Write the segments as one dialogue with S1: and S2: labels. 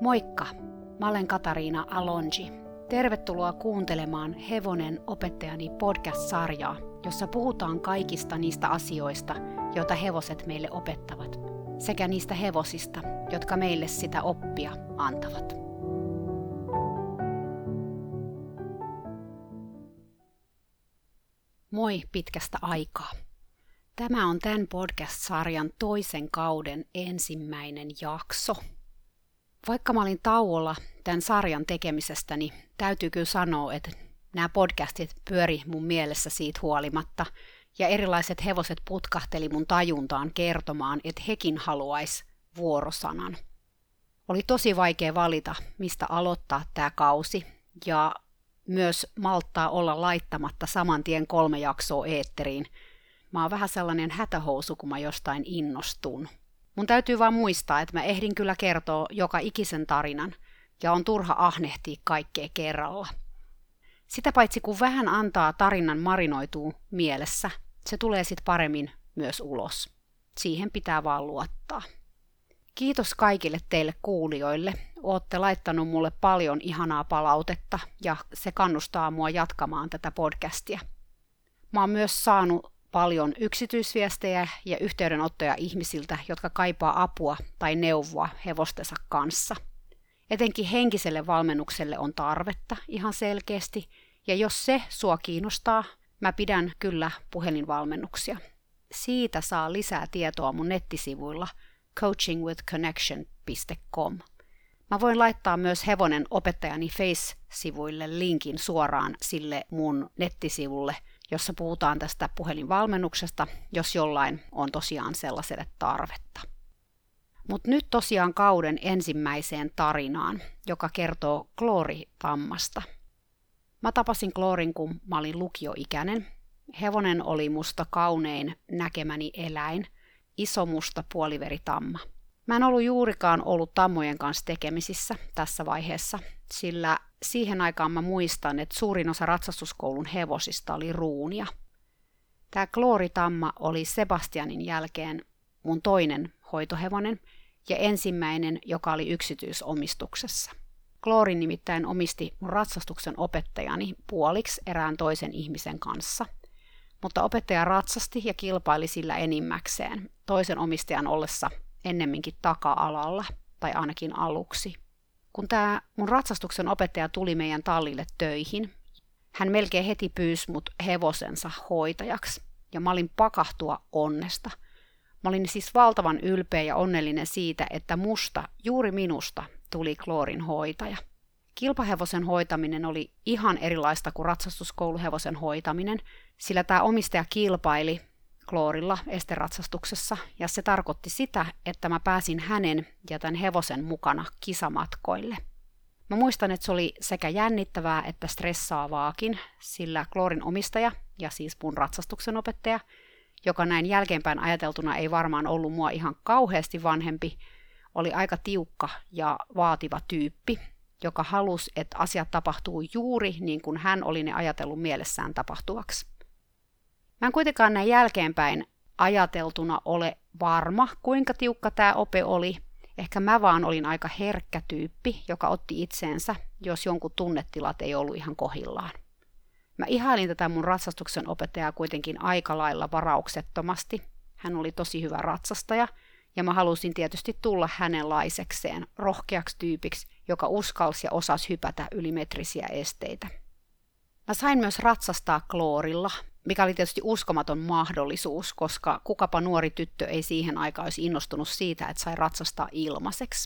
S1: Moikka! Mä olen Katariina Alonji. Tervetuloa kuuntelemaan Hevonen opettajani podcast-sarjaa, jossa puhutaan kaikista niistä asioista, joita hevoset meille opettavat, sekä niistä hevosista, jotka meille sitä oppia antavat. Moi pitkästä aikaa! Tämä on tämän podcast-sarjan toisen kauden ensimmäinen jakso. Vaikka mä olin tauolla tämän sarjan tekemisestä, niin täytyy kyllä sanoa, että nämä podcastit pyöri mun mielessä siitä huolimatta, ja erilaiset hevoset putkahteli mun tajuntaan kertomaan, että hekin haluais vuorosanan. Oli tosi vaikea valita, mistä aloittaa tämä kausi, ja myös malttaa olla laittamatta saman tien 3 jaksoa eetteriin. Mä oon vähän sellainen hätähousu, kun mä jostain innostun. Mun täytyy vaan muistaa, että mä ehdin kyllä kertoa joka ikisen tarinan, ja on turha ahnehtia kaikkea kerralla. Sitä paitsi kun vähän antaa tarinan marinoitua mielessä, se tulee sit paremmin myös ulos. Siihen pitää vaan luottaa. Kiitos kaikille teille kuulijoille. Ootte laittanut mulle paljon ihanaa palautetta, ja se kannustaa mua jatkamaan tätä podcastia. Mä oon myös saanut paljon yksityisviestejä ja yhteydenottoja ihmisiltä, jotka kaipaa apua tai neuvoa hevostensa kanssa. Etenkin henkiselle valmennukselle on tarvetta ihan selkeästi, ja jos se sua kiinnostaa, mä pidän kyllä puhelinvalmennuksia. Siitä saa lisää tietoa mun nettisivuilla coachingwithconnection.com. Mä voin laittaa myös Hevonen opettajani Face-sivuille linkin suoraan sille mun nettisivulle, jossa puhutaan tästä puhelinvalmennuksesta, jos jollain on tosiaan sellaiselle tarvetta. Mutta nyt tosiaan kauden ensimmäiseen tarinaan, joka kertoo Glory-tammasta. Mä tapasin Gloryn, kun mä olin lukioikäinen. Hevonen oli musta kaunein näkemäni eläin, iso musta puoliveritamma. Mä en juurikaan ollut tammojen kanssa tekemisissä tässä vaiheessa, sillä siihen aikaan mä muistan, että suurin osa ratsastuskoulun hevosista oli ruunia. Tää Glory-tamma oli Sebastianin jälkeen mun toinen hoitohevonen ja ensimmäinen, joka oli yksityisomistuksessa. Glory nimittäin omisti mun ratsastuksen opettajani puoliksi erään toisen ihmisen kanssa, mutta opettaja ratsasti ja kilpaili sillä enimmäkseen, toisen omistajan ollessa ennemminkin taka-alalla, tai ainakin aluksi. Kun tämä mun ratsastuksen opettaja tuli meidän tallille töihin, hän melkein heti pyysi mut hevosensa hoitajaksi, ja mä olin pakahtua onnesta. Mä olin siis valtavan ylpeä ja onnellinen siitä, että juuri minusta, tuli Gloryn hoitaja. Kilpahevosen hoitaminen oli ihan erilaista kuin ratsastuskouluhevosen hoitaminen, sillä tämä omistaja kilpaili Glorylla esteratsastuksessa, ja se tarkoitti sitä, että mä pääsin hänen ja tämän hevosen mukana kisamatkoille. Mä muistan, että se oli sekä jännittävää että stressaavaakin, sillä Gloryn omistaja, ja siis mun ratsastuksen opettaja, joka näin jälkeenpäin ajateltuna ei varmaan ollut mua ihan kauheasti vanhempi, oli aika tiukka ja vaativa tyyppi, joka halusi, että asiat tapahtuu juuri niin kuin hän oli ne ajatellut mielessään tapahtuvaksi. Mä en kuitenkaan näin jälkeenpäin ajateltuna ole varma, kuinka tiukka tämä ope oli. Ehkä mä vaan olin aika herkkä tyyppi, joka otti itseensä, jos jonkun tunnetilat ei ollut ihan kohillaan. Mä ihailin tätä mun ratsastuksen opettajaa kuitenkin aika lailla varauksettomasti. Hän oli tosi hyvä ratsastaja, ja mä halusin tietysti tulla hänenlaisekseen, rohkeaksi tyypiksi, joka uskalsi ja osasi hypätä ylimetrisiä esteitä. Mä sain myös ratsastaa Glorylla, mikä oli tietysti uskomaton mahdollisuus, koska kukapa nuori tyttö ei siihen aikaan olisi innostunut siitä, että sai ratsastaa ilmaiseksi.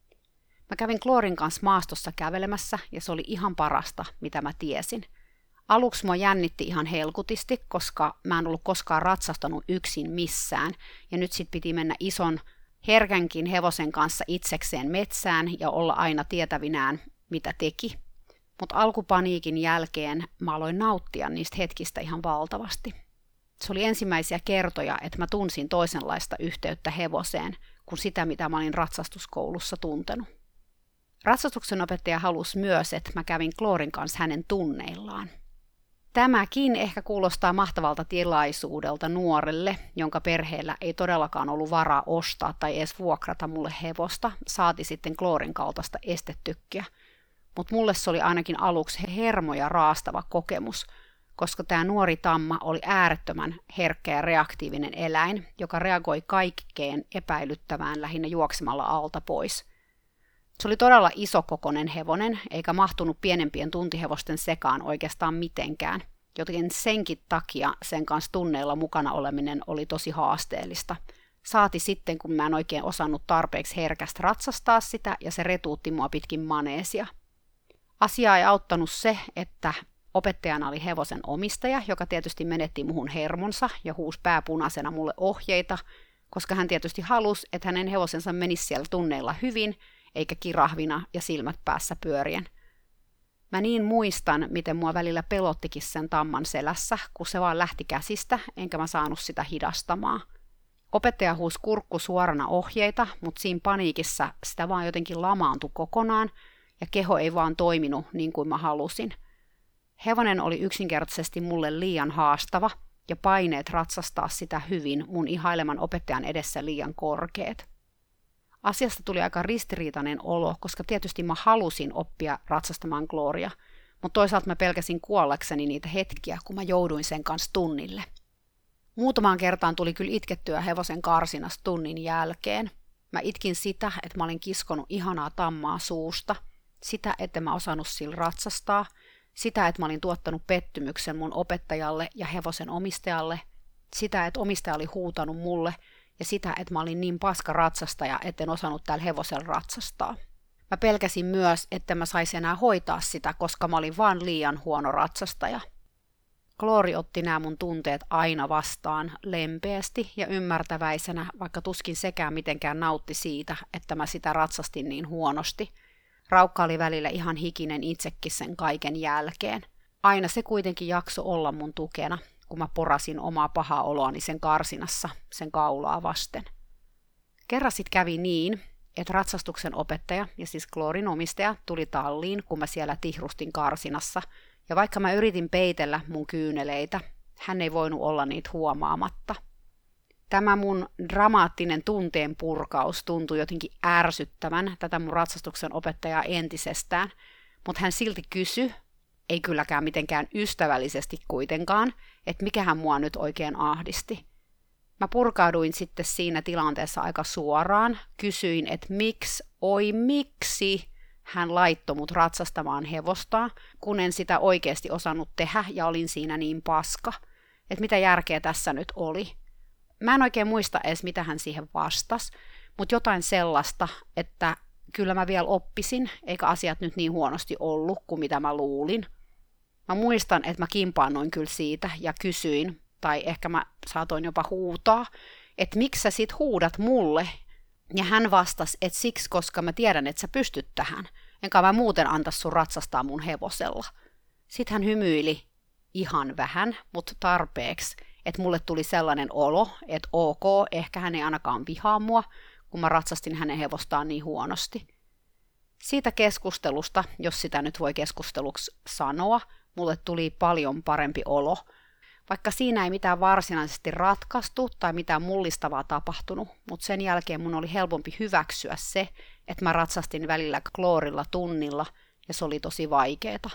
S1: Mä kävin Gloryn kanssa maastossa kävelemässä, ja se oli ihan parasta, mitä mä tiesin. Aluksi mua jännitti ihan helkutisti, koska mä en ollut koskaan ratsastanut yksin missään, ja nyt sit piti mennä ison, herkänkin hevosen kanssa itsekseen metsään ja olla aina tietävinään, mitä teki. Mutta alkupaniikin jälkeen mä aloin nauttia niistä hetkistä ihan valtavasti. Se oli ensimmäisiä kertoja, että mä tunsin toisenlaista yhteyttä hevoseen kuin sitä, mitä mä olin ratsastuskoulussa tuntenut. Ratsastuksen opettaja halusi myös, että mä kävin Gloryn kanssa hänen tunneillaan. Tämäkin ehkä kuulostaa mahtavalta tilaisuudelta nuorelle, jonka perheellä ei todellakaan ollut varaa ostaa tai edes vuokrata mulle hevosta, saati sitten Gloorin kaltaista estetykkiä. Mutta mulle se oli ainakin aluksi hermoja raastava kokemus, koska tämä nuori tamma oli äärettömän herkkä ja reaktiivinen eläin, joka reagoi kaikkeen epäilyttävään lähinnä juoksemalla alta pois. Se oli todella isokokoinen hevonen, eikä mahtunut pienempien tuntihevosten sekaan oikeastaan mitenkään, joten senkin takia sen kanssa tunneilla mukana oleminen oli tosi haasteellista. Saati sitten, kun mä en oikein osannut tarpeeksi herkästi ratsastaa sitä ja se retuutti mua pitkin maneesia. Asiaa ei auttanut se, että opettajana oli hevosen omistaja, joka tietysti menetti muhun hermonsa ja huusi pääpunaisena mulle ohjeita, koska hän tietysti halusi, että hänen hevosensa menisi siellä tunneilla hyvin, eikä kirahvina ja silmät päässä pyörien. Mä niin muistan, miten mua välillä pelottikin sen tamman selässä, kun se vaan lähti käsistä, enkä mä saanut sitä hidastamaan. Opettaja huusi kurkku suorana ohjeita, mutta siinä paniikissa sitä vaan jotenkin lamaantui kokonaan, ja keho ei vaan toiminut niin kuin mä halusin. Hevonen oli yksinkertaisesti mulle liian haastava, ja paineet ratsastaa sitä hyvin mun ihaileman opettajan edessä liian korkeat. Asiasta tuli aika ristiriitainen olo, koska tietysti mä halusin oppia ratsastamaan Glooria, mutta toisaalta mä pelkäsin kuollakseni niitä hetkiä, kun mä jouduin sen kanssa tunnille. Muutamaan kertaan tuli kyllä itkettyä hevosen karsinasta tunnin jälkeen. Mä itkin sitä, että mä olin kiskonut ihanaa tammaa suusta, sitä, että mä osannut sillä ratsastaa, sitä, että mä olin tuottanut pettymyksen mun opettajalle ja hevosen omistajalle, sitä, että omistaja oli huutanut mulle, ja sitä, että mä olin niin paska ratsastaja, etten osannut täällä hevosella ratsastaa. Mä pelkäsin myös, että mä saisin enää hoitaa sitä, koska mä olin vaan liian huono ratsastaja. Gloori otti nämä mun tunteet aina vastaan lempeästi ja ymmärtäväisenä, vaikka tuskin sekään mitenkään nautti siitä, että mä sitä ratsastin niin huonosti. Raukka oli välillä ihan hikinen itsekin sen kaiken jälkeen. Aina se kuitenkin jaksoi olla mun tukena, kun mä porasin omaa pahaa oloani sen karsinassa, sen kaulaa vasten. Kerran sit kävi niin, että ratsastuksen opettaja ja siis Gloorin omistaja tuli talliin, kun mä siellä tihrustin karsinassa, ja vaikka mä yritin peitellä mun kyyneleitä, hän ei voinut olla niitä huomaamatta. Tämä mun dramaattinen tunteen purkaus tuntui jotenkin ärsyttävän tätä mun ratsastuksen opettajaa entisestään, mutta hän silti kysyi, ei kylläkään mitenkään ystävällisesti kuitenkaan, että mikähän mua nyt oikein ahdisti. Mä purkauduin sitten siinä tilanteessa aika suoraan, kysyin, että miksi hän laittoi mut ratsastamaan hevostaa, kun en sitä oikeasti osannut tehdä ja olin siinä niin paska, että mitä järkeä tässä nyt oli. Mä en oikein muista edes, mitä hän siihen vastasi, mutta jotain sellaista, että kyllä mä vielä oppisin, eikä asiat nyt niin huonosti ollut kuin mitä mä luulin. Mä muistan, että mä kimpaannuin kyllä siitä ja kysyin, tai ehkä mä saatoin jopa huutaa, että miksi sä sit huudat mulle? Ja hän vastasi, että siksi, koska mä tiedän, että sä pystyt tähän, enkä mä muuten antais sun ratsastaa mun hevosella. Sitten hän hymyili ihan vähän, mutta tarpeeksi, että mulle tuli sellainen olo, että ok, ehkä hän ei ainakaan vihaa mua, kun mä ratsastin hänen hevostaan niin huonosti. Siitä keskustelusta, jos sitä nyt voi keskusteluksi sanoa, mulle tuli paljon parempi olo, vaikka siinä ei mitään varsinaisesti ratkaistu tai mitään mullistavaa tapahtunut, mutta sen jälkeen mun oli helpompi hyväksyä se, että mä ratsastin välillä Gloorilla tunnilla ja se oli tosi vaikeeta.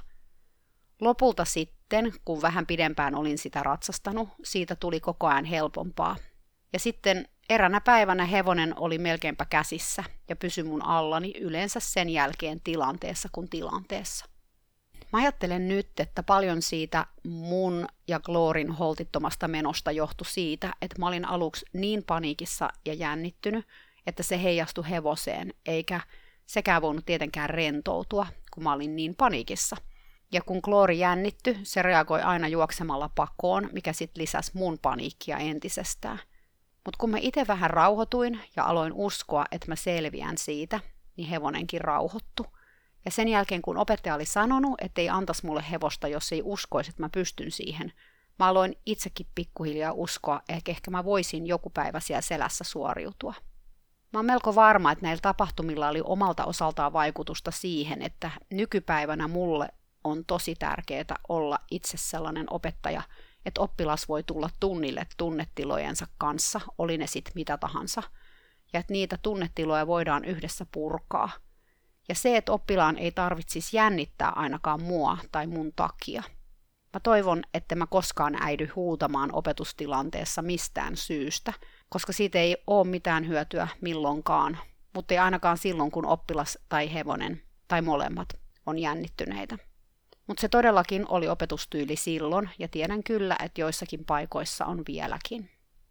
S1: Lopulta sitten, kun vähän pidempään olin sitä ratsastanut, siitä tuli koko ajan helpompaa. Ja sitten eränä päivänä hevonen oli melkeinpä käsissä ja pysyi mun allani yleensä sen jälkeen tilanteessa kuin tilanteessa. Mä ajattelen nyt, että paljon siitä mun ja Gloorin holtittomasta menosta johtui siitä, että mä olin aluksi niin paniikissa ja jännittynyt, että se heijastui hevoseen, eikä sekään voinut tietenkään rentoutua, kun mä olin niin paniikissa. Ja kun Gloori jännitty, se reagoi aina juoksemalla pakoon, mikä sitten lisäsi mun paniikkia entisestään. Mutta kun mä itse vähän rauhoituin ja aloin uskoa, että mä selviän siitä, niin hevonenkin rauhoittui. Ja sen jälkeen, kun opettaja oli sanonut, että ei antaisi mulle hevosta, jos ei uskoisi, että mä pystyn siihen, mä aloin itsekin pikkuhiljaa uskoa, että ehkä mä voisin joku päivä siellä selässä suoriutua. Mä oon melko varma, että näillä tapahtumilla oli omalta osaltaan vaikutusta siihen, että nykypäivänä mulle on tosi tärkeää olla itse sellainen opettaja, että oppilas voi tulla tunnille tunnetilojensa kanssa, oli ne sitten mitä tahansa, ja että niitä tunnetiloja voidaan yhdessä purkaa. Ja se, että oppilaan ei tarvitsisi jännittää ainakaan mua tai mun takia. Mä toivon, että mä koskaan äidy huutamaan opetustilanteessa mistään syystä, koska siitä ei ole mitään hyötyä milloinkaan, mutta ei ainakaan silloin, kun oppilas tai hevonen tai molemmat on jännittyneitä. Mutta se todellakin oli opetustyyli silloin, ja tiedän kyllä, että joissakin paikoissa on vieläkin.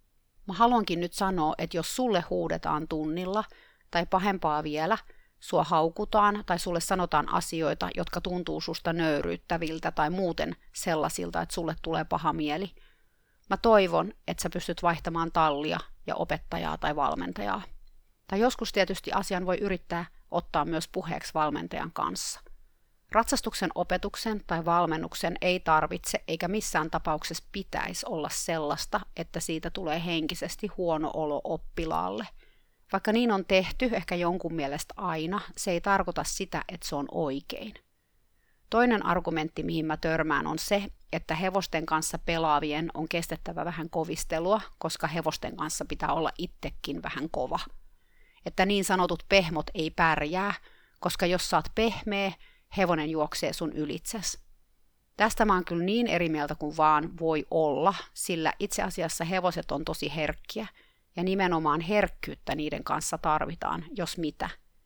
S1: Mä haluankin nyt sanoa, että jos sulle huudetaan tunnilla, tai pahempaa vielä, sua haukutaan tai sulle sanotaan asioita, jotka tuntuu susta nöyryyttäviltä tai muuten sellaisilta, että sulle tulee paha mieli. Mä toivon, että sä pystyt vaihtamaan tallia ja opettajaa tai valmentajaa. Tai joskus tietysti asian voi yrittää ottaa myös puheeksi valmentajan kanssa. Ratsastuksen opetuksen tai valmennuksen ei tarvitse eikä missään tapauksessa pitäisi olla sellaista, että siitä tulee henkisesti huono olo oppilaalle. Vaikka niin on tehty, ehkä jonkun mielestä aina, se ei tarkoita sitä, että se on oikein. Toinen argumentti, mihin mä törmään, on se, että hevosten kanssa pelaavien on kestettävä vähän kovistelua, koska hevosten kanssa pitää olla itsekin vähän kova. Että niin sanotut pehmot ei pärjää, koska jos sä oot pehmeä, hevonen juoksee sun ylitses. Tästä mä oon kyllä niin eri mieltä kuin vaan voi olla, sillä itse asiassa hevoset on tosi herkkiä, ja nimenomaan herkkyyttä niiden kanssa tarvitaan, jos mitä.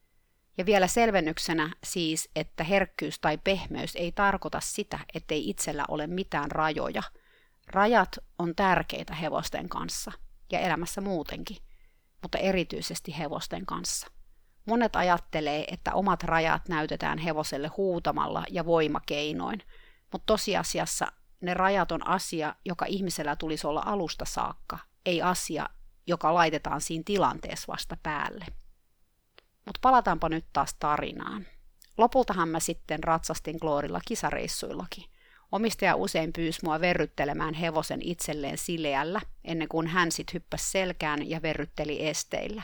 S1: Ja vielä selvennyksenä siis, että herkkyys tai pehmeys ei tarkoita sitä, ettei itsellä ole mitään rajoja. Rajat on tärkeitä hevosten kanssa ja elämässä muutenkin, mutta erityisesti hevosten kanssa. Monet ajattelee, että omat rajat näytetään hevoselle huutamalla ja voimakeinoin, mutta tosiasiassa ne rajat on asia, joka ihmisellä tulisi olla alusta saakka, ei asia, joka laitetaan siinä tilanteessa vasta päälle. Mutta palataanpa nyt taas tarinaan. Lopultahan mä sitten ratsastin Gloorilla kisareissuillakin. Omistaja usein pyysi mua verryttelemään hevosen itselleen sileällä, ennen kuin hän sit hyppäsi selkään ja verrytteli esteillä.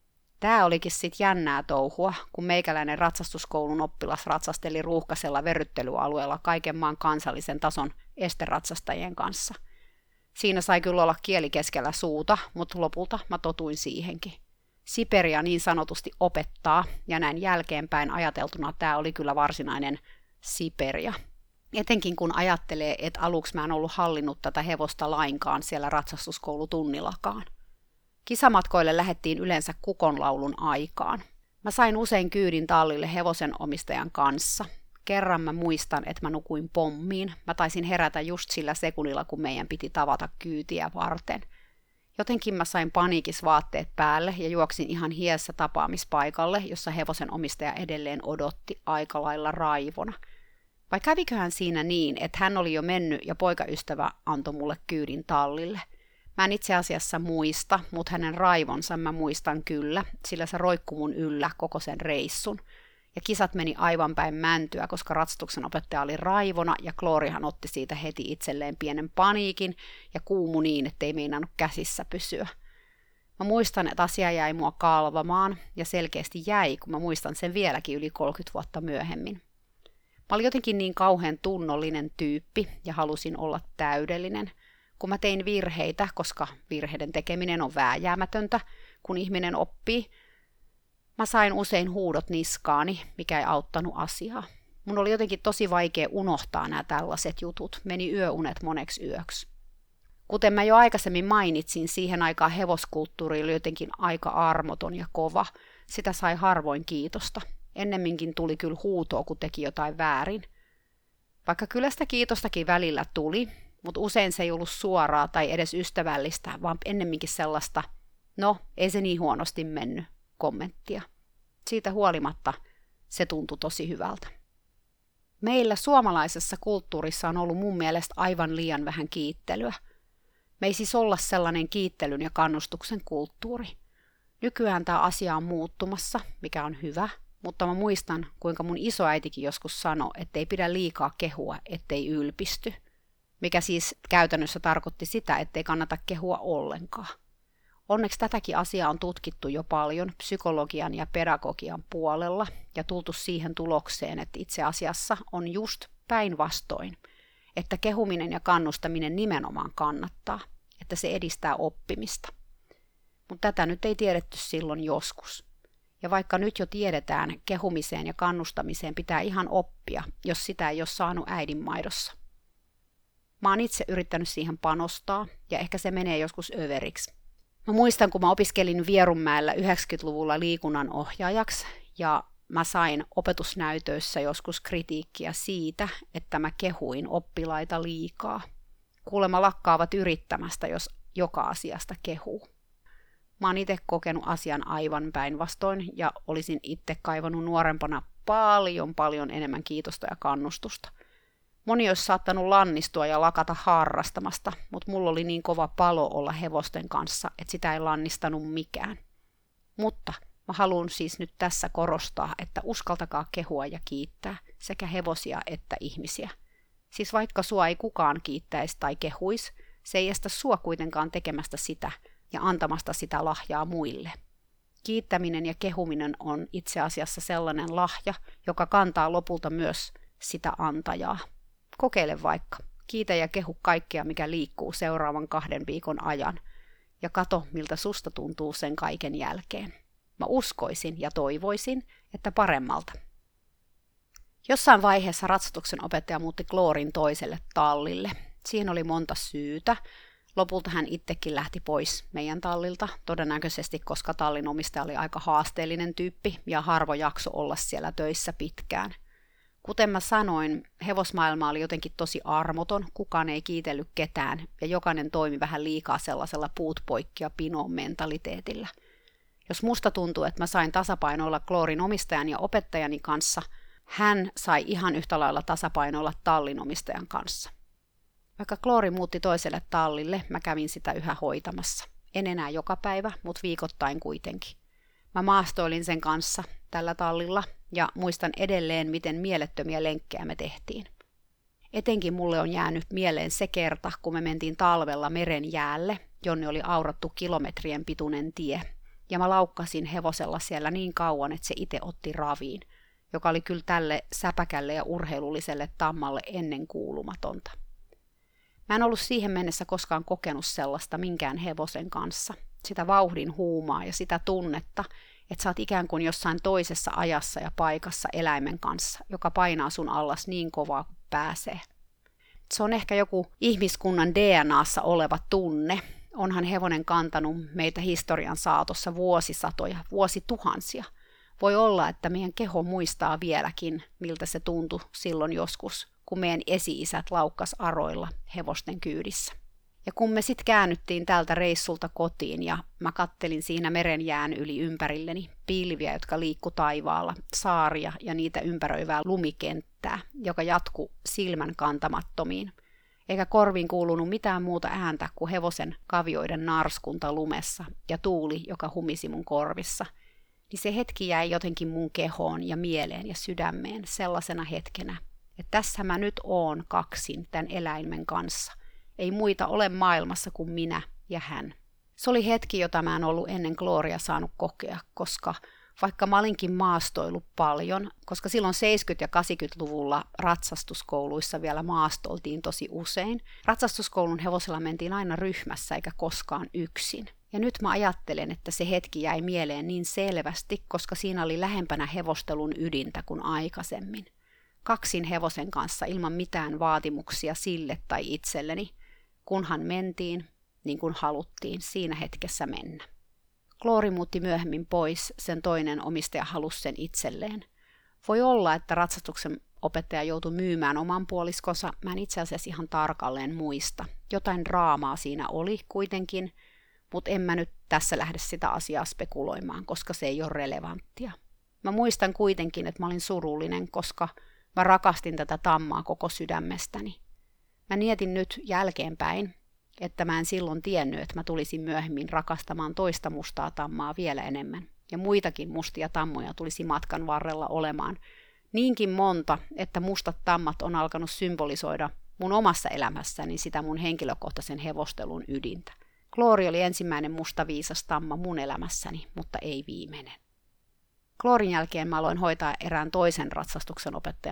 S1: Tää olikin sit jännää touhua, kun meikäläinen ratsastuskoulun oppilas ratsasteli ruuhkaisella verryttelyalueella kaiken maan kansallisen tason esteratsastajien kanssa. Siinä sai kyllä olla kieli keskellä suuta, mutta lopulta mä totuin siihenkin. Siperia niin sanotusti opettaa, ja näin jälkeenpäin ajateltuna tämä oli kyllä varsinainen Siperia. Etenkin kun ajattelee, että aluksi mä en ollut hallinnut tätä hevosta lainkaan siellä ratsastuskoulutunnillakaan. Kisamatkoille lähdettiin yleensä kukonlaulun aikaan. Mä sain usein kyydin tallille hevosen omistajan kanssa. Kerran mä muistan, että mä nukuin pommiin. Mä taisin herätä just sillä sekunnilla, kun meidän piti tavata kyytiä varten. Jotenkin mä sain paniikis vaatteet päälle ja juoksin ihan hiessä tapaamispaikalle, jossa hevosen omistaja edelleen odotti aika lailla raivona. Vai käviköhän siinä niin, että hän oli jo mennyt ja poikaystävä antoi mulle kyydin tallille? Mä en itse asiassa muista, mutta hänen raivonsa mä muistan kyllä, sillä se roikkui mun yllä koko sen reissun. Ja kisat meni aivan päin mäntyä, koska ratsastuksen opettaja oli raivona ja Gloorihan otti siitä heti itselleen pienen paniikin ja kuumu niin, ettei meinannut käsissä pysyä. Mä muistan, että asia jäi mua kalvamaan ja selkeästi jäi, kun mä muistan sen vieläkin yli 30 vuotta myöhemmin. Mä olin jotenkin niin kauhean tunnollinen tyyppi ja halusin olla täydellinen. Kun mä tein virheitä, koska virheiden tekeminen on vääjäämätöntä, kun ihminen oppii, mä sain usein huudot niskaani, mikä ei auttanut asiaa. Mun oli jotenkin tosi vaikea unohtaa nämä tällaiset jutut, meni yöunet moneksi yöksi. Kuten mä jo aikaisemmin mainitsin, siihen aikaan hevoskulttuuri oli jotenkin aika armoton ja kova. Sitä sai harvoin kiitosta. Ennemminkin tuli kyllä huutoa, kun teki jotain väärin. Vaikka kyllä sitä kiitostakin välillä tuli, mutta usein se ei ollut suoraa tai edes ystävällistä, vaan ennemminkin sellaista, no ei se niin huonosti mennyt, kommenttia. Siitä huolimatta se tuntui tosi hyvältä. Meillä suomalaisessa kulttuurissa on ollut mun mielestä aivan liian vähän kiittelyä. Me ei siis olla sellainen kiittelyn ja kannustuksen kulttuuri. Nykyään tämä asia on muuttumassa, mikä on hyvä, mutta mä muistan, kuinka mun isoäitikin joskus sanoi, ettei pidä liikaa kehua, ettei ylpisty. Mikä siis käytännössä tarkoitti sitä, ettei kannata kehua ollenkaan. Onneksi tätäkin asiaa on tutkittu jo paljon psykologian ja pedagogian puolella ja tultu siihen tulokseen, että itse asiassa on just päinvastoin, että kehuminen ja kannustaminen nimenomaan kannattaa, että se edistää oppimista. Mutta tätä nyt ei tiedetty silloin joskus. Ja vaikka nyt jo tiedetään, kehumiseen ja kannustamiseen pitää ihan oppia, jos sitä ei ole saanut äidinmaidossa. Mä oon itse yrittänyt siihen panostaa, ja ehkä se menee joskus överiksi. Mä muistan, kun mä opiskelin Vierunmäellä 90-luvulla liikunnan ohjaajaksi, ja mä sain opetusnäytöissä joskus kritiikkiä siitä, että mä kehuin oppilaita liikaa. Kuulemma lakkaavat yrittämästä, jos joka asiasta kehuu. Mä oon itse kokenut asian aivan päinvastoin ja olisin itse kaivannut nuorempana paljon enemmän kiitosta ja kannustusta. Moni olisi saattanut lannistua ja lakata harrastamasta, mutta mulla oli niin kova palo olla hevosten kanssa, että sitä ei lannistanut mikään. Mutta mä haluan siis nyt tässä korostaa, että uskaltakaa kehua ja kiittää sekä hevosia että ihmisiä. Siis vaikka sua ei kukaan kiittäisi tai kehuisi, se ei estä sua kuitenkaan tekemästä sitä ja antamasta sitä lahjaa muille. Kiittäminen ja kehuminen on itse asiassa sellainen lahja, joka kantaa lopulta myös sitä antajaa. Kokeile vaikka. Kiitä ja kehu kaikkea, mikä liikkuu seuraavan 2 viikon ajan. Ja kato, miltä susta tuntuu sen kaiken jälkeen. Mä uskoisin ja toivoisin, että paremmalta. Jossain vaiheessa ratsatuksen opettaja muutti Kloorin toiselle tallille. Siihen oli monta syytä. Lopulta hän itsekin lähti pois meidän tallilta, todennäköisesti koska tallin omistaja oli aika haasteellinen tyyppi ja harvo jakso olla siellä töissä pitkään. Kuten mä sanoin, hevosmaailma oli jotenkin tosi armoton, kukaan ei kiitellyt ketään ja jokainen toimi vähän liikaa sellaisella puut poikki ja pinoon mentaliteetillä. Jos musta tuntuu, että mä sain tasapainoilla Kloorin omistajan ja opettajani kanssa, hän sai ihan yhtä lailla tasapainoilla tallin omistajan kanssa. Vaikka Kloori muutti toiselle tallille, mä kävin sitä yhä hoitamassa. En enää joka päivä, mutta viikoittain kuitenkin. Mä maastoilin sen kanssa tällä tallilla ja muistan edelleen, miten mielettömiä lenkkejä me tehtiin. Etenkin mulle on jäänyt mieleen se kerta, kun me mentiin talvella meren jäälle, jonne oli aurattu kilometrien pituinen tie. Ja mä laukkasin hevosella siellä niin kauan, että se itse otti raviin, joka oli kyllä tälle säpäkälle ja urheilulliselle tammalle ennen kuulumatonta. Mä en ollut siihen mennessä koskaan kokenut sellaista minkään hevosen kanssa. Sitä vauhdin huumaa ja sitä tunnetta, että sä oot ikään kuin jossain toisessa ajassa ja paikassa eläimen kanssa, joka painaa sun allas niin kovaa kuin pääsee. Se on ehkä joku ihmiskunnan DNAssa oleva tunne. Onhan hevonen kantanut meitä historian saatossa vuosisatoja, vuosituhansia. Voi olla, että meidän keho muistaa vieläkin, miltä se tuntui silloin joskus, kun meidän esi-isät laukkas aroilla hevosten kyydissä. Ja kun me sitten käännyttiin tältä reissulta kotiin ja mä kattelin siinä merenjään yli ympärilleni pilviä, jotka liikku taivaalla, saaria ja niitä ympäröivää lumikenttää, joka jatkui silmän kantamattomiin. Eikä korviin kuulunut mitään muuta ääntä kuin hevosen kavioiden narskunta lumessa ja tuuli, joka humisi mun korvissa. Niin se hetki jäi jotenkin mun kehoon ja mieleen ja sydämeen sellaisena hetkenä, että tässä mä nyt oon kaksin tämän eläimen kanssa. Ei muita ole maailmassa kuin minä ja hän. Se oli hetki, jota mä en ollut ennen Klooria saanut kokea, koska vaikka mä olinkin maastoillut paljon, koska silloin 70- ja 80-luvulla ratsastuskouluissa vielä maastoltiin tosi usein. Ratsastuskoulun hevosella mentiin aina ryhmässä eikä koskaan yksin. Ja nyt mä ajattelen, että se hetki jäi mieleen niin selvästi, koska siinä oli lähempänä hevostelun ydintä kuin aikaisemmin. Kaksin hevosen kanssa ilman mitään vaatimuksia sille tai itselleni, kunhan mentiin niin kuin haluttiin siinä hetkessä mennä. Kloori muutti myöhemmin pois, sen toinen omistaja halusi sen itselleen. Voi olla, että ratsastuksen opettaja joutui myymään oman puoliskonsa, mä en itse asiassa ihan tarkalleen muista. Jotain draamaa siinä oli kuitenkin, mutta en mä nyt tässä lähde sitä asiaa spekuloimaan, koska se ei ole relevanttia. Mä muistan kuitenkin, että mä olin surullinen, koska mä rakastin tätä tammaa koko sydämestäni. Mä mietin nyt jälkeenpäin, että mä en silloin tiennyt, että mä tulisin myöhemmin rakastamaan toista mustaa tammaa vielä enemmän. Ja muitakin mustia tammoja tulisi matkan varrella olemaan. Niinkin monta, että mustat tammat on alkanut symbolisoida mun omassa elämässäni sitä mun henkilökohtaisen hevostelun ydintä. Kloori oli ensimmäinen musta viisas tamma mun elämässäni, mutta ei viimeinen. Kloorin jälkeen mä aloin hoitaa erään toisen ratsastuksen opettajani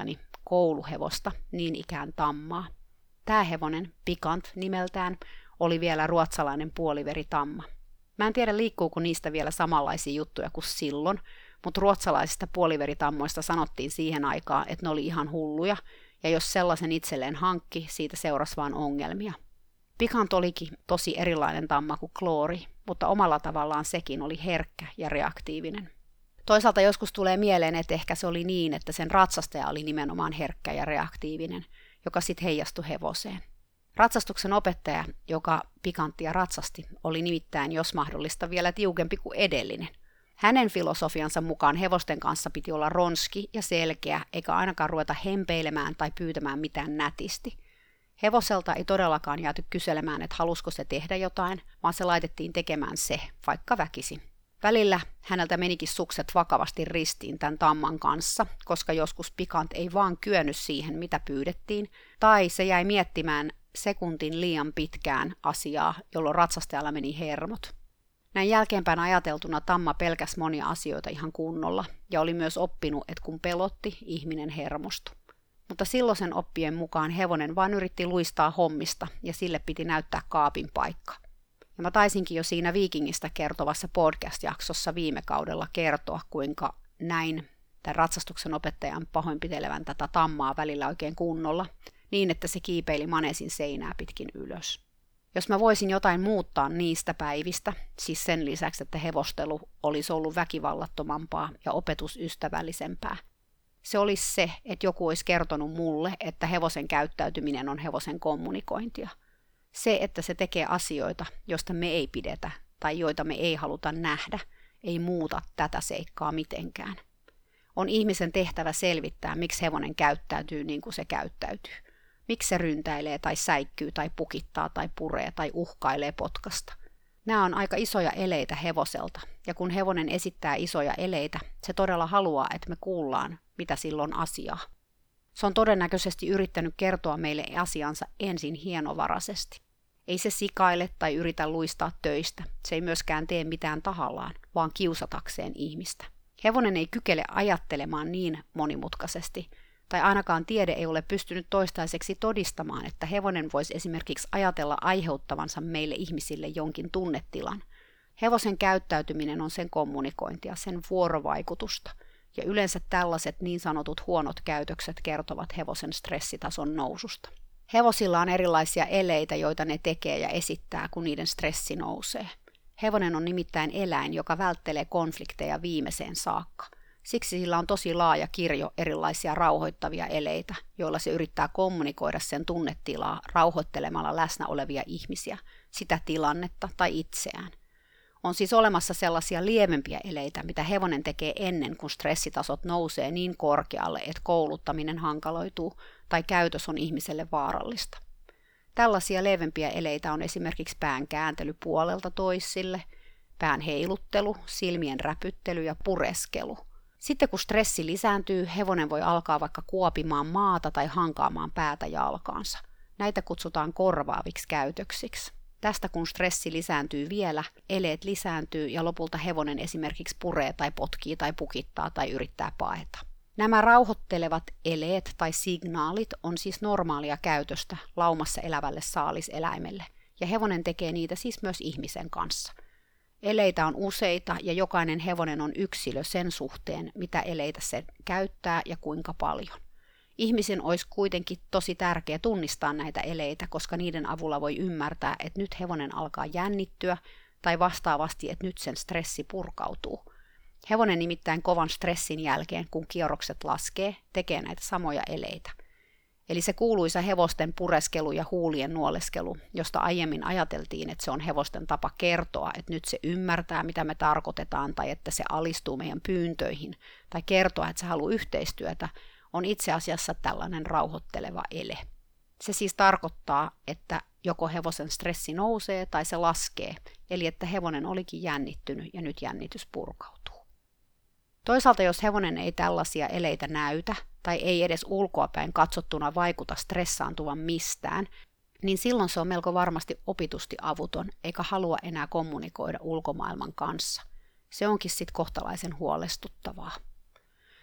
S1: kouluhevosta, niin ikään tammaa. Tämä hevonen, Pikant nimeltään, oli vielä ruotsalainen puoliveritamma. Mä en tiedä, liikkuuko niistä vielä samanlaisia juttuja kuin silloin, mutta ruotsalaisista puoliveritammoista sanottiin siihen aikaan, että ne oli ihan hulluja, ja jos sellaisen itselleen hankki, siitä seurasi vaan ongelmia. Pikant olikin tosi erilainen tamma kuin Glory, mutta omalla tavallaan sekin oli herkkä ja reaktiivinen. Toisaalta joskus tulee mieleen, että ehkä se oli niin, että sen ratsastaja oli nimenomaan herkkä ja reaktiivinen, joka sitten heijastui hevoseen. Ratsastuksen opettaja, joka Pikanttia ratsasti, oli nimittäin jos mahdollista vielä tiukempi kuin edellinen. Hänen filosofiansa mukaan hevosten kanssa piti olla ronski ja selkeä, eikä ainakaan ruveta hempeilemään tai pyytämään mitään nätisti. Hevoselta ei todellakaan jääty kyselemään, että halusko se tehdä jotain, vaan se laitettiin tekemään se, vaikka väkisin. Välillä häneltä menikin sukset vakavasti ristiin tämän tamman kanssa, koska joskus Pikant ei vaan kyennyt siihen, mitä pyydettiin, tai se jäi miettimään sekuntin liian pitkään asiaa, jolloin ratsastajalla meni hermot. Näin jälkeenpäin ajateltuna tamma pelkäsi monia asioita ihan kunnolla, ja oli myös oppinut, että kun pelotti, ihminen hermostui. Mutta silloisen oppien mukaan hevonen vaan yritti luistaa hommista, ja sille piti näyttää kaapin paikka. Ja mä taisinkin jo siinä Viikingistä kertovassa podcast-jaksossa viime kaudella kertoa, kuinka näin tämän ratsastuksen opettajan pahoinpitelevän tätä tammaa välillä oikein kunnolla, niin että se kiipeili maneesin seinää pitkin ylös. Jos mä voisin jotain muuttaa niistä päivistä, siis sen lisäksi, että hevostelu olisi ollut väkivallattomampaa ja opetusystävällisempää, se olisi se, että joku olisi kertonut mulle, että hevosen käyttäytyminen on hevosen kommunikointia. Se, että se tekee asioita, joista me ei pidetä tai joita me ei haluta nähdä, ei muuta tätä seikkaa mitenkään. On ihmisen tehtävä selvittää, miksi hevonen käyttäytyy niin kuin se käyttäytyy. Miksi se ryntäilee tai säikkyy tai pukittaa tai puree tai uhkailee potkasta. Nämä on aika isoja eleitä hevoselta, ja kun hevonen esittää isoja eleitä, se todella haluaa, että me kuullaan, mitä silloin asiaa. Se on todennäköisesti yrittänyt kertoa meille asiansa ensin hienovaraisesti. Ei se sikaile tai yritä luistaa töistä, se ei myöskään tee mitään tahallaan, vaan kiusatakseen ihmistä. Hevonen ei kykene ajattelemaan niin monimutkaisesti, tai ainakaan tiede ei ole pystynyt toistaiseksi todistamaan, että hevonen voisi esimerkiksi ajatella aiheuttavansa meille ihmisille jonkin tunnetilan. Hevosen käyttäytyminen on sen kommunikointia, sen vuorovaikutusta, ja yleensä tällaiset niin sanotut huonot käytökset kertovat hevosen stressitason noususta. Hevosilla on erilaisia eleitä, joita ne tekee ja esittää, kun niiden stressi nousee. Hevonen on nimittäin eläin, joka välttelee konflikteja viimeiseen saakka. Siksi sillä on tosi laaja kirjo erilaisia rauhoittavia eleitä, joilla se yrittää kommunikoida sen tunnetilaa rauhoittelemalla läsnä olevia ihmisiä, sitä tilannetta tai itseään. On siis olemassa sellaisia lievempiä eleitä, mitä hevonen tekee ennen kuin stressitasot nousee niin korkealle, että kouluttaminen hankaloituu tai käytös on ihmiselle vaarallista. Tällaisia lievempiä eleitä on esimerkiksi pään kääntely puolelta toisille, pään heiluttelu, silmien räpyttely ja pureskelu. Sitten kun stressi lisääntyy, hevonen voi alkaa vaikka kuopimaan maata tai hankaamaan päätä jalkaansa. Näitä kutsutaan korvaaviksi käytöksiksi. Tästä kun stressi lisääntyy vielä, eleet lisääntyy ja lopulta hevonen esimerkiksi puree tai potkii tai pukittaa tai yrittää paeta. Nämä rauhoittelevat eleet tai signaalit on siis normaalia käytöstä laumassa elävälle saaliseläimelle, ja hevonen tekee niitä siis myös ihmisen kanssa. Eleitä on useita ja jokainen hevonen on yksilö sen suhteen, mitä eleitä se käyttää ja kuinka paljon. Ihmisen olisi kuitenkin tosi tärkeää tunnistaa näitä eleitä, koska niiden avulla voi ymmärtää, että nyt hevonen alkaa jännittyä tai vastaavasti, että nyt sen stressi purkautuu. Hevonen nimittäin kovan stressin jälkeen, kun kierrokset laskee, tekee näitä samoja eleitä. Eli se kuuluisa hevosten pureskelu ja huulien nuoleskelu, josta aiemmin ajateltiin, että se on hevosten tapa kertoa, että nyt se ymmärtää, mitä me tarkoitetaan, tai että se alistuu meidän pyyntöihin, tai kertoa, että se haluaa yhteistyötä, on itse asiassa tällainen rauhoitteleva ele. Se siis tarkoittaa, että joko hevosen stressi nousee tai se laskee, eli että hevonen olikin jännittynyt ja nyt jännitys purkautuu. Toisaalta jos hevonen ei tällaisia eleitä näytä tai ei edes ulkoapäin katsottuna vaikuta stressaantuvan mistään, niin silloin se on melko varmasti opitusti avuton eikä halua enää kommunikoida ulkomaailman kanssa. Se onkin sitten kohtalaisen huolestuttavaa.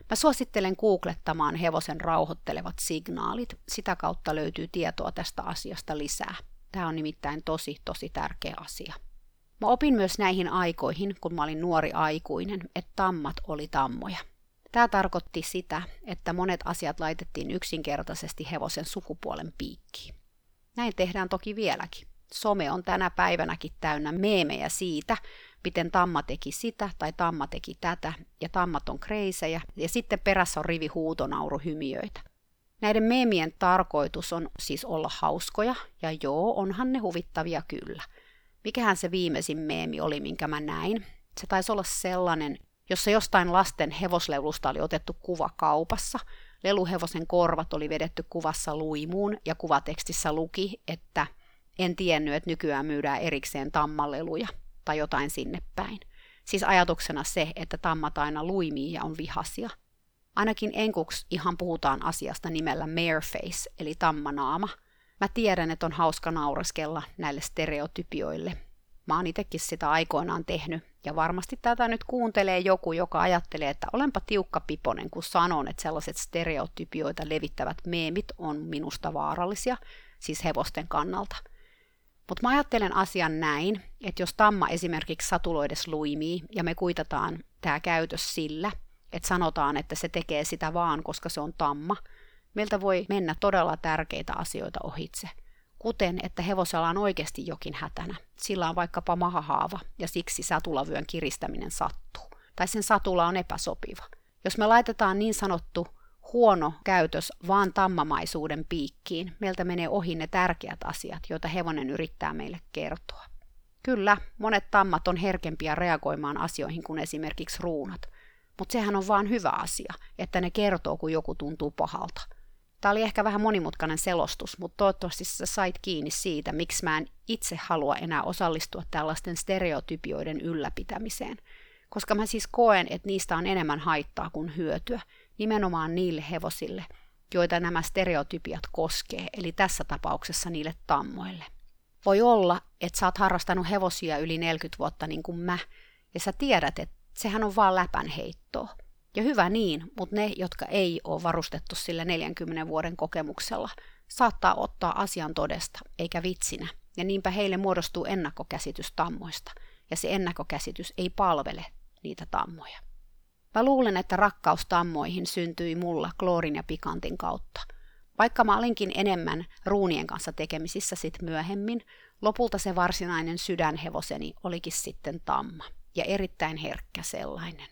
S1: Mä suosittelen googlettamaan hevosen rauhoittelevat signaalit. Sitä kautta löytyy tietoa tästä asiasta lisää. Tämä on nimittäin tosi tärkeä asia. Mä opin myös näihin aikoihin, kun mä olin nuori aikuinen, että tammat oli tammoja. Tämä tarkoitti sitä, että monet asiat laitettiin yksinkertaisesti hevosen sukupuolen piikkiin. Näin tehdään toki vieläkin. Some on tänä päivänäkin täynnä meemejä siitä, miten tamma teki sitä tai tamma teki tätä ja tammat on kreisejä ja sitten perässä on rivi huutonauruhymiöitä. Näiden meemien tarkoitus on siis olla hauskoja ja joo, onhan ne huvittavia kyllä. Mikähän se viimeisin meemi oli, minkä mä näin? Se taisi olla sellainen, jossa jostain lasten hevoslelusta oli otettu kuva kaupassa. Leluhevosen korvat oli vedetty kuvassa luimuun ja kuvatekstissä luki, että en tiennyt, että nykyään myydään erikseen tammaleluja tai jotain sinne päin. Siis ajatuksena se, että tammat aina luimii ja on vihasia. Ainakin enkuksi ihan puhutaan asiasta nimellä mareface, eli tammanaama. Mä tiedän, että on hauska naureskella näille stereotypioille. Mä oon itsekin sitä aikoinaan tehnyt, ja varmasti tätä nyt kuuntelee joku, joka ajattelee, että olenpa tiukka piponen, kun sanon, että sellaiset stereotypioita levittävät meemit on minusta vaarallisia, siis hevosten kannalta. Mutta mä ajattelen asian näin, että jos tamma esimerkiksi satuloides luimii, ja me kuitataan tämä käytös sillä, että sanotaan, että se tekee sitä vaan, koska se on tamma, meiltä voi mennä todella tärkeitä asioita ohitse. Kuten, että hevosella on oikeasti jokin hätänä. Sillä on vaikkapa mahahaava ja siksi satulavyön kiristäminen sattuu. Tai sen satula on epäsopiva. Jos me laitetaan niin sanottu huono käytös vaan tammamaisuuden piikkiin, meiltä menee ohi ne tärkeät asiat, joita hevonen yrittää meille kertoa. Kyllä, monet tammat on herkempiä reagoimaan asioihin kuin esimerkiksi ruunat. Mutta sehän on vaan hyvä asia, että ne kertoo, kun joku tuntuu pahalta. Tämä oli ehkä vähän monimutkainen selostus, mutta toivottavasti sä sait kiinni siitä, miksi mä en itse halua enää osallistua tällaisten stereotypioiden ylläpitämiseen. Koska mä siis koen, että niistä on enemmän haittaa kuin hyötyä, nimenomaan niille hevosille, joita nämä stereotypiat koskee, eli tässä tapauksessa niille tammoille. Voi olla, että sä oot harrastanut hevosia yli 40 vuotta niin kuin mä, ja sä tiedät, että sehän on vaan läpänheittoa. Ja hyvä niin, mutta ne, jotka ei ole varustettu sillä 40 vuoden kokemuksella, saattaa ottaa asian todesta, eikä vitsinä. Ja niinpä heille muodostuu ennakkokäsitys tammoista, ja se ennakkokäsitys ei palvele niitä tammoja. Mä luulen, että rakkaus tammoihin syntyi mulla kloorin ja pikantin kautta. Vaikka mä olinkin enemmän ruunien kanssa tekemisissä sit myöhemmin, lopulta se varsinainen sydänhevoseni olikin sitten tamma, ja erittäin herkkä sellainen.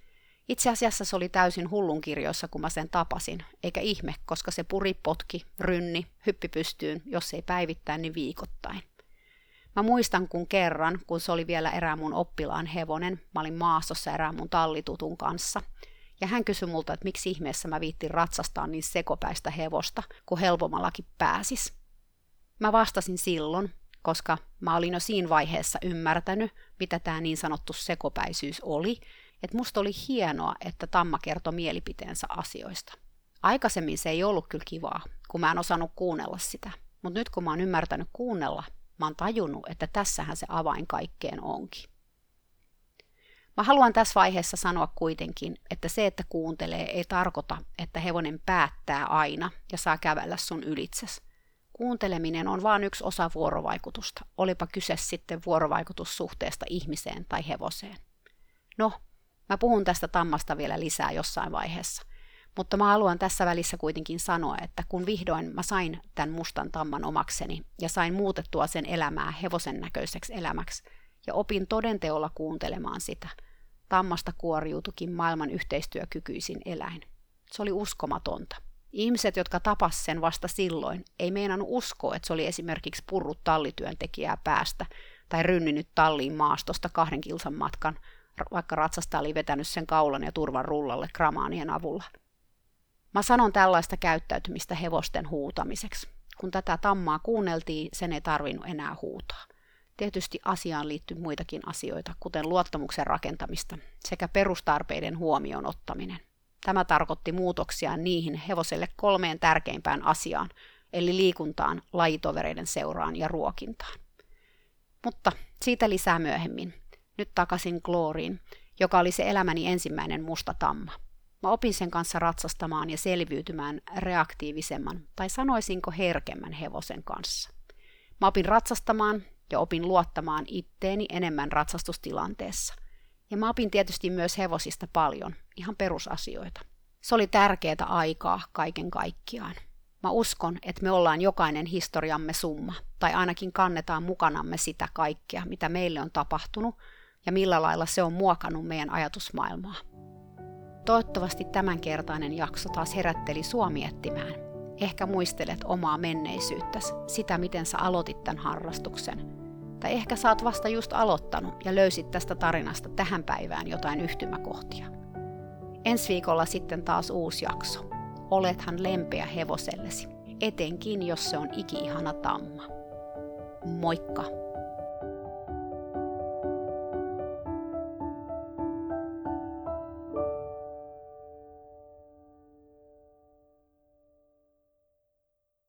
S1: Itse asiassa se oli täysin hullunkirjoissa, kun mä sen tapasin, eikä ihme, koska se puri, potki, rynni, hyppi pystyyn, jos ei päivittäin, niin viikoittain. Mä muistan kun se oli vielä erään mun oppilaan hevonen, mä olin maastossa erään mun tallitutun kanssa, ja hän kysyi multa, että miksi ihmeessä mä viittin ratsastaa niin sekopäistä hevosta, kun helpommallakin pääsis. Mä vastasin silloin, koska mä olin jo siinä vaiheessa ymmärtänyt, mitä tämä niin sanottu sekopäisyys oli, että musta oli hienoa, että tamma kertoi mielipiteensä asioista. Aikaisemmin se ei ollut kyllä kivaa, kun mä en osannut kuunnella sitä. Mutta nyt kun mä oon ymmärtänyt kuunnella, mä oon tajunnut, että tässähän se avain kaikkeen onkin. Mä haluan tässä vaiheessa sanoa kuitenkin, että se, että kuuntelee, ei tarkoita, että hevonen päättää aina ja saa kävellä sun ylitses. Kuunteleminen on vain yksi osa vuorovaikutusta, olipa kyse sitten vuorovaikutussuhteesta ihmiseen tai hevoseen. No, mä puhun tästä tammasta vielä lisää jossain vaiheessa, mutta mä haluan tässä välissä kuitenkin sanoa, että kun vihdoin mä sain tämän mustan tamman omakseni ja sain muutettua sen elämää hevosen näköiseksi elämäksi ja opin todenteolla kuuntelemaan sitä, tammasta kuoriutuikin maailman yhteistyökykyisin eläin. Se oli uskomatonta. Ihmiset, jotka tapas sen vasta silloin, ei meinannut uskoa, että se oli esimerkiksi purrut tallityöntekijää päästä tai rynninyt talliin maastosta 2 kilsan matkan, vaikka ratsastaja oli vetänyt sen kaulan ja turvan rullalle gramaanien avulla. Mä sanon tällaista käyttäytymistä hevosten huutamiseksi. Kun tätä tammaa kuunneltiin, sen ei tarvinnut enää huutaa. Tietysti asiaan liittyy muitakin asioita, kuten luottamuksen rakentamista sekä perustarpeiden huomioon ottaminen. Tämä tarkoitti muutoksia niihin hevoselle 3 tärkeimpään asiaan, eli liikuntaan, lajitovereiden seuraan ja ruokintaan. Mutta siitä lisää myöhemmin. Nyt takaisin Glooriin, joka oli se elämäni ensimmäinen musta tamma. Mä opin sen kanssa ratsastamaan ja selviytymään reaktiivisemman, tai sanoisinko herkemmän hevosen kanssa. Mä opin ratsastamaan ja opin luottamaan itteeni enemmän ratsastustilanteessa. Ja mä opin tietysti myös hevosista paljon, ihan perusasioita. Se oli tärkeää aikaa kaiken kaikkiaan. Mä uskon, että me ollaan jokainen historiamme summa, tai ainakin kannetaan mukanamme sitä kaikkea, mitä meille on tapahtunut, ja millä lailla se on muokannut meidän ajatusmaailmaa. Toivottavasti tämänkertainen jakso taas herätteli sua miettimään. Ehkä muistelet omaa menneisyyttäsi, sitä miten sä aloitit tämän harrastuksen. Tai ehkä sä oot vasta just aloittanut ja löysit tästä tarinasta tähän päivään jotain yhtymäkohtia. Ensi viikolla sitten taas uusi jakso. Olethan lempeä hevosellesi, etenkin jos se on iki-ihana tamma. Moikka!